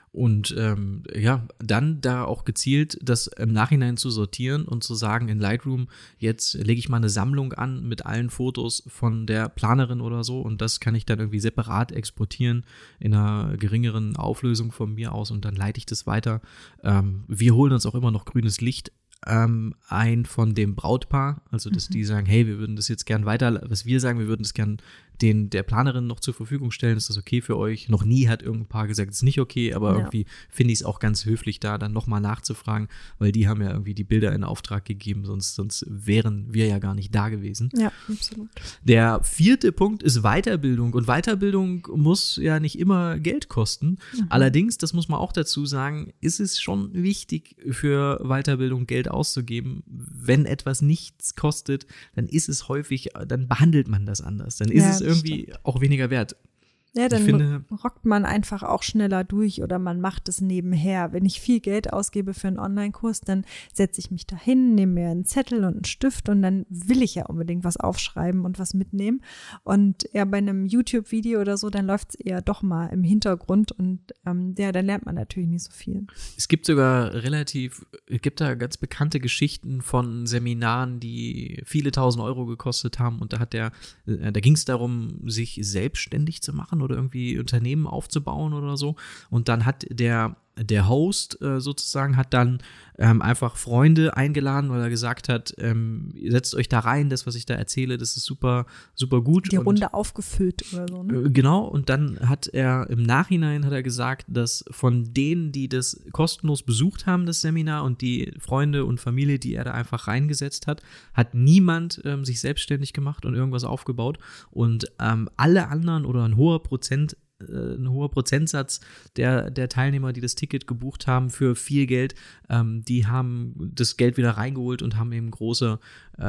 Und ähm, ja, dann da auch gezielt das im Nachhinein zu sortieren und zu sagen, in Lightroom, jetzt lege ich mal eine Sammlung an mit allen Fotos von der Planerin oder so und das kann ich dann irgendwie separat exportieren in einer geringeren Auflösung von mir aus und dann leite ich das weiter. Ähm, wir holen uns auch immer noch grünes Licht ähm, ein von dem Brautpaar, also dass mhm. die sagen, hey, wir würden das jetzt gern weiter, was wir sagen, wir würden das gern den der Planerin noch zur Verfügung stellen, ist das okay für euch? Noch nie hat irgendein Paar gesagt, es ist nicht okay, aber ja. irgendwie finde ich es auch ganz höflich, da dann nochmal nachzufragen, weil die haben ja irgendwie die Bilder in Auftrag gegeben, sonst, sonst wären wir ja gar nicht da gewesen. Ja, absolut. Der vierte Punkt ist Weiterbildung und Weiterbildung muss ja nicht immer Geld kosten. Mhm. Allerdings, das muss man auch dazu sagen, ist es schon wichtig für Weiterbildung Geld auszugeben. Wenn etwas nichts kostet, dann ist es häufig, dann behandelt man das anders. Dann ist ja, es irgendwie stimmt. auch weniger wert. Ja, dann finde, rockt man einfach auch schneller durch oder man macht es nebenher. Wenn ich viel Geld ausgebe für einen Online-Kurs, dann setze ich mich da hin, nehme mir einen Zettel und einen Stift und dann will ich ja unbedingt was aufschreiben und was mitnehmen. Und ja, bei einem YouTube-Video oder so, dann läuft es eher doch mal im Hintergrund und ähm, ja, dann lernt man natürlich nicht so viel. Es gibt sogar relativ, es gibt da ganz bekannte Geschichten von Seminaren, die viele tausend Euro gekostet haben und da hat der, äh, da ging es darum, sich selbstständig zu machen oder irgendwie Unternehmen aufzubauen oder so. Und dann hat der, der Host äh, sozusagen hat dann ähm, einfach Freunde eingeladen, weil er gesagt hat, ähm, setzt euch da rein, das, was ich da erzähle, das ist super, super gut. Die Runde und, aufgefüllt oder so, ne? Äh, genau, und dann hat er im Nachhinein hat er gesagt, dass von denen, die das kostenlos besucht haben, das Seminar und die Freunde und Familie, die er da einfach reingesetzt hat, hat niemand ähm, sich selbstständig gemacht und irgendwas aufgebaut und ähm, alle anderen oder ein hoher Prozent ein hoher Prozentsatz der, der Teilnehmer, die das Ticket gebucht haben für viel Geld, ähm, die haben das Geld wieder reingeholt und haben eben große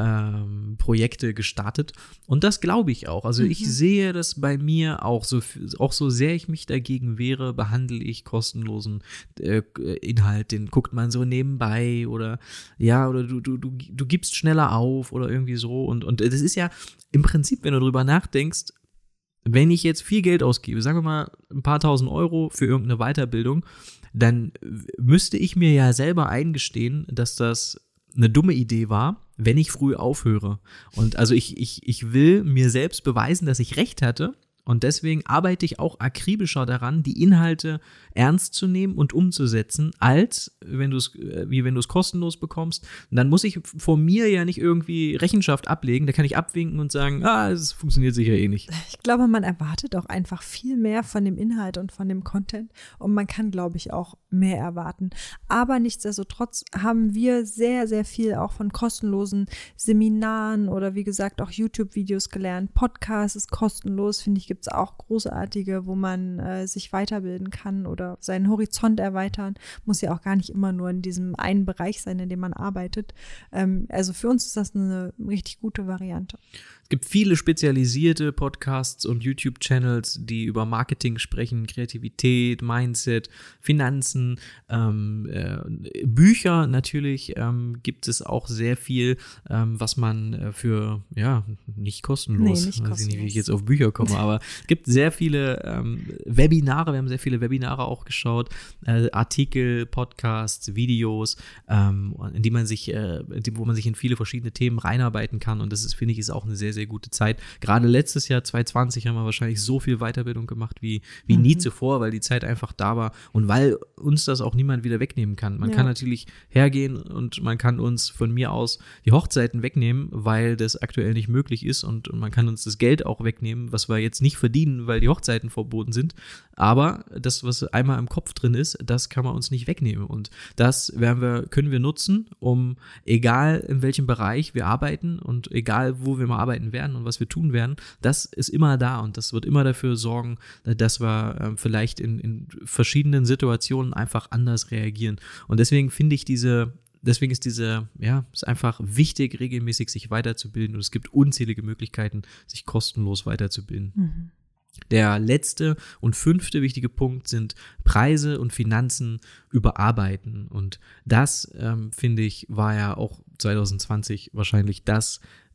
ähm, Projekte gestartet. Und das glaube ich auch. Also mhm. ich sehe das bei mir auch so, auch so sehr ich mich dagegen wehre, behandle ich kostenlosen äh, Inhalt, den guckt man so nebenbei oder ja, oder du, du, du, du gibst schneller auf oder irgendwie so. Und, und das ist ja im Prinzip, wenn du drüber nachdenkst, wenn ich jetzt viel Geld ausgebe, sagen wir mal ein paar tausend Euro für irgendeine Weiterbildung, dann müsste ich mir ja selber eingestehen, dass das eine dumme Idee war, wenn ich früh aufhöre. Und also ich, ich, ich will mir selbst beweisen, dass ich recht hatte. Und deswegen arbeite ich auch akribischer daran, die Inhalte ernst zu nehmen und umzusetzen, als wenn du es, wie wenn du es kostenlos bekommst. Und dann muss ich vor mir ja nicht irgendwie Rechenschaft ablegen. Da kann ich abwinken und sagen, ah, es funktioniert sicher eh nicht. Ich glaube, man erwartet auch einfach viel mehr von dem Inhalt und von dem Content. Und man kann, glaube ich, auch mehr erwarten. Aber nichtsdestotrotz haben wir sehr, sehr viel auch von kostenlosen Seminaren oder wie gesagt auch YouTube-Videos gelernt. Podcast ist kostenlos, finde ich, gibt es auch großartige, wo man äh, sich weiterbilden kann oder seinen Horizont erweitern. Muss ja auch gar nicht immer nur in diesem einen Bereich sein, in dem man arbeitet. Ähm, also für uns ist das eine richtig gute Variante. Es gibt viele spezialisierte Podcasts und YouTube-Channels, die über Marketing sprechen, Kreativität, Mindset, Finanzen, ähm, äh, Bücher natürlich ähm, gibt es auch sehr viel, ähm, was man äh, für, ja, nicht kostenlos, nee, nicht weiß kostenlos. ich nicht, wie ich jetzt auf Bücher komme, aber es gibt sehr viele ähm, Webinare, wir haben sehr viele Webinare auch geschaut, äh, Artikel, Podcasts, Videos, ähm, in die man sich, äh, wo man sich in viele verschiedene Themen reinarbeiten kann und das ist, finde ich, ist auch eine sehr, sehr gute Zeit. Gerade letztes Jahr, zwanzig zwanzig, haben wir wahrscheinlich so viel Weiterbildung gemacht wie, wie mhm. nie zuvor, weil die Zeit einfach da war und weil uns das auch niemand wieder wegnehmen kann. Man ja. kann natürlich hergehen und man kann uns von mir aus die Hochzeiten wegnehmen, weil das aktuell nicht möglich ist und, und man kann uns das Geld auch wegnehmen, was wir jetzt nicht verdienen, weil die Hochzeiten verboten sind. Aber das, was einmal im Kopf drin ist, das kann man uns nicht wegnehmen und das werden wir, können wir nutzen, um egal in welchem Bereich wir arbeiten und egal wo wir mal arbeiten werden und was wir tun werden, das ist immer da und das wird immer dafür sorgen, dass wir äh, vielleicht in, in verschiedenen Situationen einfach anders reagieren. Und deswegen finde ich diese, deswegen ist diese, ja, ist einfach wichtig, regelmäßig sich weiterzubilden und es gibt unzählige Möglichkeiten, sich kostenlos weiterzubilden. Mhm. Der letzte und fünfte wichtige Punkt sind Preise und Finanzen überarbeiten. Und das, ähm, finde ich, war ja auch zwanzig zwanzig wahrscheinlich das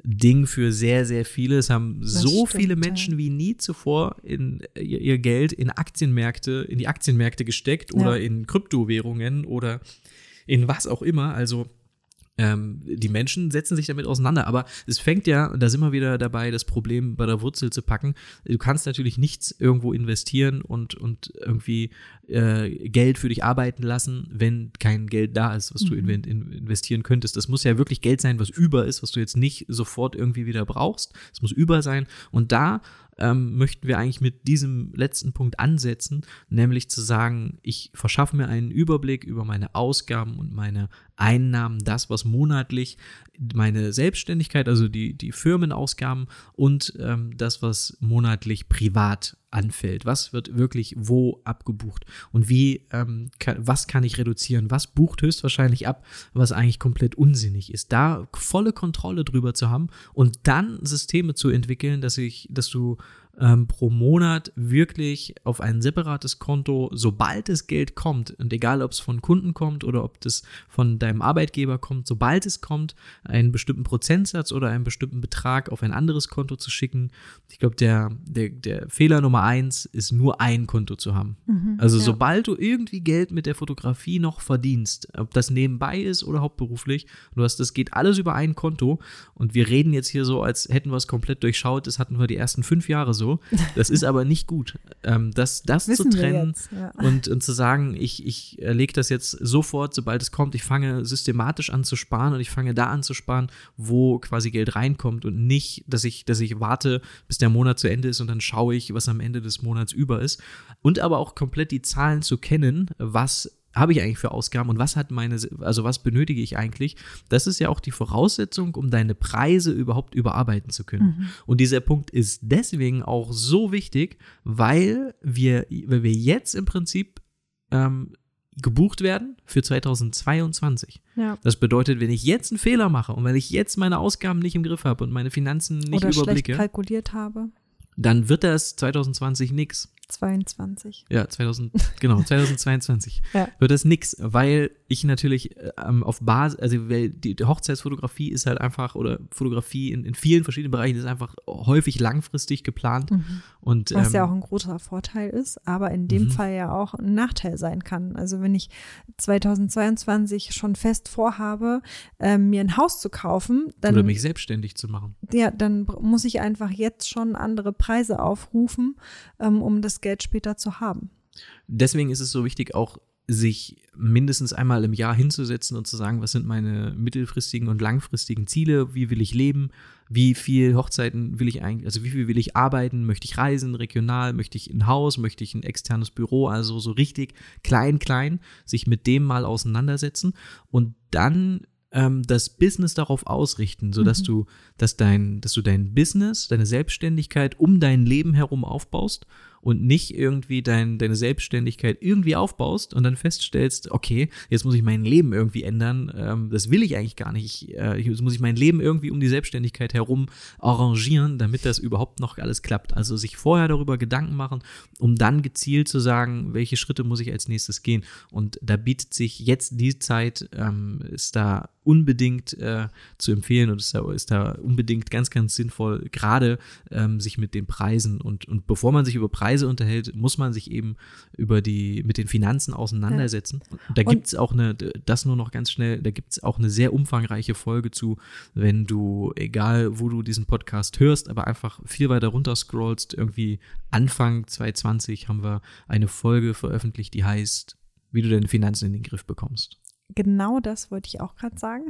Ding für sehr, sehr viele. Es haben Das so stimmt, viele Menschen ja. wie nie zuvor in ihr, ihr Geld in Aktienmärkte, in die Aktienmärkte gesteckt oder Ja. in Kryptowährungen oder in was auch immer. Also Ähm, die Menschen setzen sich damit auseinander, aber es fängt ja, und da sind wir wieder dabei, das Problem bei der Wurzel zu packen. Du kannst natürlich nichts irgendwo investieren und, und irgendwie äh, Geld für dich arbeiten lassen, wenn kein Geld da ist, was du Mhm. in, in, investieren könntest. Das muss ja wirklich Geld sein, was über ist, was du jetzt nicht sofort irgendwie wieder brauchst. Es muss über sein. Und da ähm, möchten wir eigentlich mit diesem letzten Punkt ansetzen, nämlich zu sagen, ich verschaffe mir einen Überblick über meine Ausgaben und meine Einnahmen, das, was monatlich meine Selbstständigkeit, also die, die Firmenausgaben und ähm, das, was monatlich privat anfällt. Was wird wirklich wo abgebucht und wie, ähm, kann, was kann ich reduzieren? Was bucht höchstwahrscheinlich ab, was eigentlich komplett unsinnig ist? Da volle Kontrolle drüber zu haben und dann Systeme zu entwickeln, dass ich, dass du ähm, pro Monat wirklich auf ein separates Konto, sobald das Geld kommt, und egal ob es von Kunden kommt oder ob das von deinem Arbeitgeber kommt, sobald es kommt, einen bestimmten Prozentsatz oder einen bestimmten Betrag auf ein anderes Konto zu schicken. Ich glaube, der, der, der Fehler Nummer eins ist, nur ein Konto zu haben. Mhm, Also ja. sobald du irgendwie Geld mit der Fotografie noch verdienst, ob das nebenbei ist oder hauptberuflich, du hast, das geht alles über ein Konto und wir reden jetzt hier so, als hätten wir es komplett durchschaut, das hatten wir die ersten fünf Jahre so. Das ist aber nicht gut. Ähm, das das Wissen zu wir trennen jetzt, ja. und, und zu sagen, ich, ich lege das jetzt sofort, sobald es kommt, ich fange systematisch an zu sparen und ich fange da an zu sparen, wo quasi Geld reinkommt und nicht, dass ich, dass ich warte, bis der Monat zu Ende ist und dann schaue ich, was am Ende des Monats über ist. Und aber auch komplett die Zahlen zu kennen, was habe ich eigentlich für Ausgaben und was hat meine, also was benötige ich eigentlich? Das ist ja auch die Voraussetzung, um deine Preise überhaupt überarbeiten zu können. Mhm. Und dieser Punkt ist deswegen auch so wichtig, weil wir, weil wir jetzt im Prinzip ähm, gebucht werden für zweitausendzweiundzwanzig. Ja. Das bedeutet, wenn ich jetzt einen Fehler mache und wenn ich jetzt meine Ausgaben nicht im Griff habe und meine Finanzen nicht Oder schlecht überblicke, kalkuliert habe. dann wird das zweitausendzwanzig nix. zweiundzwanzig. Ja, zweitausend, genau, zweitausendzweiundzwanzig Ja. wird das nix, weil ich natürlich ähm, auf Basis, also weil die, die Hochzeitsfotografie ist halt einfach, oder Fotografie in, in vielen verschiedenen Bereichen ist einfach häufig langfristig geplant. Mhm. Und, Was ähm, ja auch ein großer Vorteil ist, aber in dem Mhm. Fall ja auch ein Nachteil sein kann. Also wenn ich zweitausendzweiundzwanzig schon fest vorhabe, ähm, mir ein Haus zu kaufen, dann, oder mich selbstständig zu machen. ja, dann br- muss ich einfach jetzt schon andere Preise aufrufen, ähm, um das Geld später zu haben. Deswegen ist es so wichtig, auch sich mindestens einmal im Jahr hinzusetzen und zu sagen, was sind meine mittelfristigen und langfristigen Ziele, wie will ich leben, wie viel Hochzeiten will ich eigentlich, also wie viel will ich arbeiten, möchte ich reisen, regional, möchte ich ein Haus, möchte ich ein externes Büro, also so richtig klein, klein, sich mit dem mal auseinandersetzen und dann ähm, das Business darauf ausrichten, sodass Mhm. du, dass dein, dass du dein Business, deine Selbstständigkeit um dein Leben herum aufbaust und nicht irgendwie dein, deine Selbstständigkeit irgendwie aufbaust und dann feststellst, okay, jetzt muss ich mein Leben irgendwie ändern, ähm, das will ich eigentlich gar nicht, ich, äh, jetzt muss ich mein Leben irgendwie um die Selbstständigkeit herum arrangieren, damit das überhaupt noch alles klappt. Also sich vorher darüber Gedanken machen, um dann gezielt zu sagen, welche Schritte muss ich als nächstes gehen. Und da bietet sich jetzt die Zeit, ähm, ist da unbedingt äh, zu empfehlen und ist da, ist da unbedingt ganz, ganz sinnvoll, gerade ähm, sich mit den Preisen und, und bevor man sich über Preise unterhält, muss man sich eben über die, mit den Finanzen auseinandersetzen. Und da Und- gibt es auch eine, das nur noch ganz schnell, da gibt es auch eine sehr umfangreiche Folge zu, wenn du, egal wo du diesen Podcast hörst, aber einfach viel weiter runter scrollst, irgendwie Anfang zwanzig zwanzig haben wir eine Folge veröffentlicht, die heißt, wie du deine Finanzen in den Griff bekommst. Genau das wollte ich auch gerade sagen.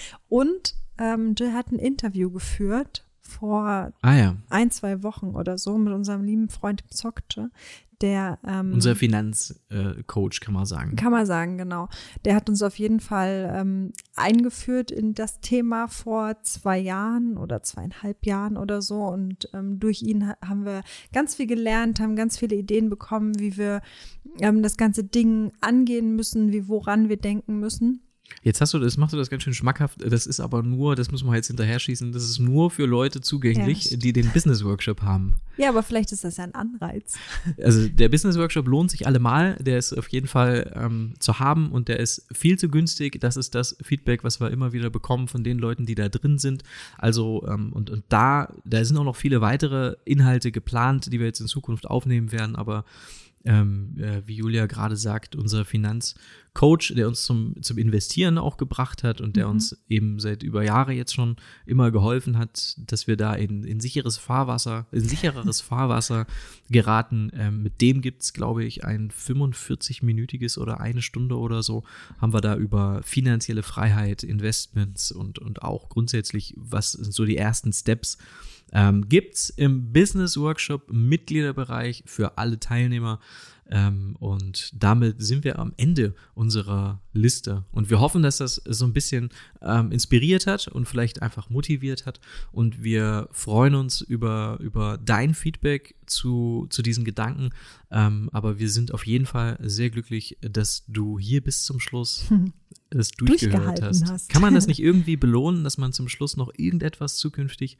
Und ähm, Jill hat ein Interview geführt vor Ah ja, ein, zwei Wochen oder so mit unserem lieben Freund Zokce, der ähm, unser Finanzcoach, kann man sagen. kann man sagen, genau. Der hat uns auf jeden Fall ähm, eingeführt in das Thema vor zwei Jahren oder zweieinhalb Jahren oder so. Und ähm, durch ihn ha- haben wir ganz viel gelernt, haben ganz viele Ideen bekommen, wie wir ähm, das ganze Ding angehen müssen, wie woran wir denken müssen. Jetzt hast du das, machst du das ganz schön schmackhaft. Das ist aber nur, das müssen wir jetzt hinterher schießen, das ist nur für Leute zugänglich, Ja. die den Business Workshop haben. Ja, aber vielleicht ist das ja ein Anreiz. Also der Business Workshop lohnt sich allemal, der ist auf jeden Fall ähm, zu haben und der ist viel zu günstig. Das ist das Feedback, was wir immer wieder bekommen von den Leuten, die da drin sind. Also ähm, und, und da, da sind auch noch viele weitere Inhalte geplant, die wir jetzt in Zukunft aufnehmen werden, aber Ähm, äh, wie Julia gerade sagt, unser Finanzcoach, der uns zum, zum Investieren auch gebracht hat und der Mhm. uns eben seit über Jahre jetzt schon immer geholfen hat, dass wir da in, in sicheres Fahrwasser, in sichereres Fahrwasser geraten. Ähm, mit dem gibt es, glaube ich, ein fünfundvierzig-minütiges oder eine Stunde oder so, haben wir da über finanzielle Freiheit, Investments und, und auch grundsätzlich, was sind so die ersten Steps, Ähm, gibt's im Business Workshop Mitgliederbereich für alle Teilnehmer. Ähm, und damit sind wir am Ende unserer Liste. Und wir hoffen, dass das so ein bisschen ähm, inspiriert hat und vielleicht einfach motiviert hat. Und wir freuen uns über, über dein Feedback zu, zu diesen Gedanken. Ähm, aber wir sind auf jeden Fall sehr glücklich, dass du hier bis zum Schluss das durchgehört Durchgehalten hast. hast. Kann man das nicht irgendwie belohnen, dass man zum Schluss noch irgendetwas zukünftig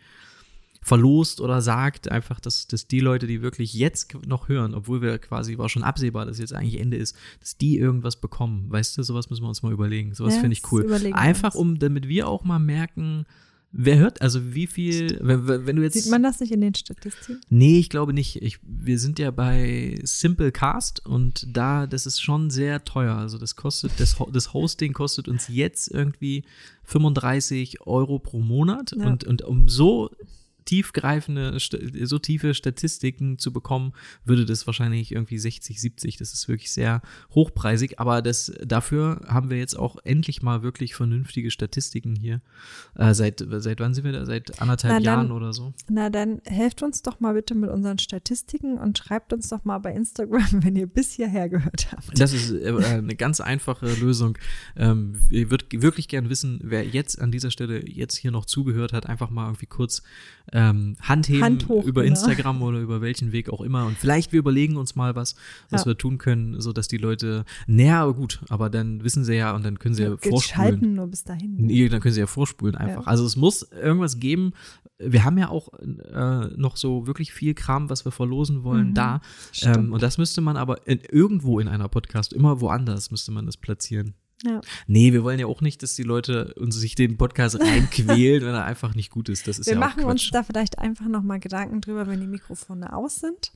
verlost oder sagt, einfach, dass, dass die Leute, die wirklich jetzt noch hören, obwohl wir quasi, war schon absehbar, dass jetzt eigentlich Ende ist, dass die irgendwas bekommen. Weißt du, sowas müssen wir uns mal überlegen. Sowas Ja, finde ich das cool. überlegen wir Einfach, uns. um, damit wir auch mal merken, wer hört, also wie viel, wenn, wenn du jetzt. Sieht man das nicht in den Statistiken? Nee, ich glaube nicht. Ich, wir sind ja bei Simplecast und da, das ist schon sehr teuer. Also das kostet, das, das Hosting kostet uns jetzt irgendwie fünfunddreißig Euro pro Monat Ja. und, und um so tiefgreifende, so tiefe Statistiken zu bekommen, würde das wahrscheinlich irgendwie sechzig, siebzig, das ist wirklich sehr hochpreisig, aber das, dafür haben wir jetzt auch endlich mal wirklich vernünftige Statistiken hier. Äh, seit, seit wann sind wir da? Seit anderthalb Na, dann- Jahren oder so? Na, dann helft uns doch mal bitte mit unseren Statistiken und schreibt uns doch mal bei Instagram, wenn ihr bis hierher gehört habt. Das ist äh, eine ganz einfache Lösung. Ähm, ich würde wirklich gern wissen, wer jetzt an dieser Stelle jetzt hier noch zugehört hat, einfach mal irgendwie kurz ähm, Hand heben Hand hoch, über genau. Instagram oder über welchen Weg auch immer. Und vielleicht wir überlegen uns mal was, was Ja. wir tun können, sodass die Leute, naja, aber gut, aber dann wissen sie ja und dann können sie ja, Wir vorspulen. schalten nur bis dahin. Nee, dann können sie ja vorspulen einfach. Ja. Also es muss irgendwas geben. Wir haben ja auch äh, noch so wirklich viel Kram, was wir verlosen wollen, Mhm, da. stimmt. Ähm, und das müsste man aber in, irgendwo in einer Podcast, immer woanders müsste man das platzieren. Ja. Nee, wir wollen ja auch nicht, dass die Leute uns sich den Podcast reinquälen, wenn er einfach nicht gut ist. Das ist Wir ja auch machen uns Quatsch. da vielleicht einfach nochmal Gedanken drüber, wenn die Mikrofone aus sind.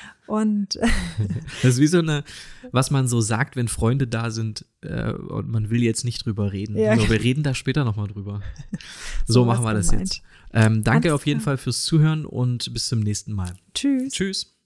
Und äh, Das ist wie so eine, was man so sagt, wenn Freunde da sind äh, und man will jetzt nicht drüber reden. Ja, Aber genau. wir reden da später nochmal drüber. So, So machen was wir das gemeint. jetzt. Ähm, danke Alles auf jeden klar. Fall fürs Zuhören und bis zum nächsten Mal. tschüss. Tschüss.